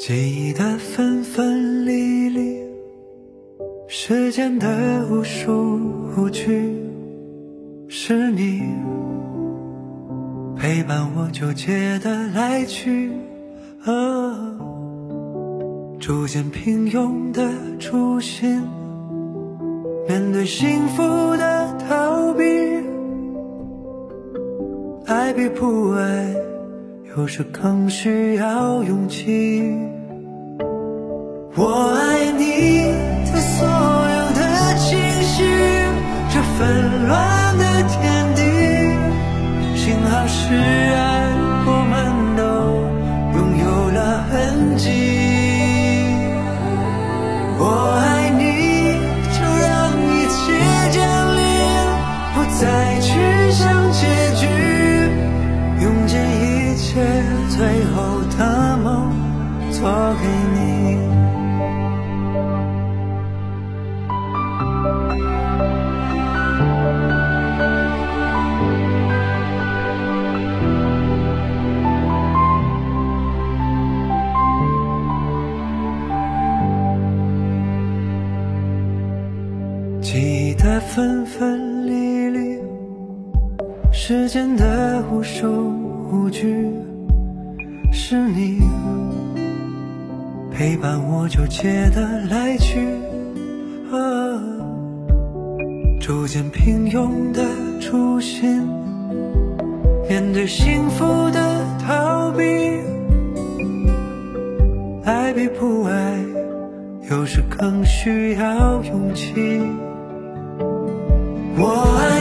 记忆的分分离离，时间的无数无据，是你陪伴我纠结的来去，逐渐平庸的初心，面对幸福的逃避，爱比不爱有时更需要勇气。我爱你的所有的情绪，这纷乱的天地，幸好是爱，我们都拥有了痕迹。我爱你，就让一切降临，不再去想结局，用尽一切最后的梦做给你。记忆的分分离离，时间的无数无据，是你陪伴我纠结的来去，逐渐平庸的初心，面对幸福的逃避，爱比不爱有时更需要勇气。我爱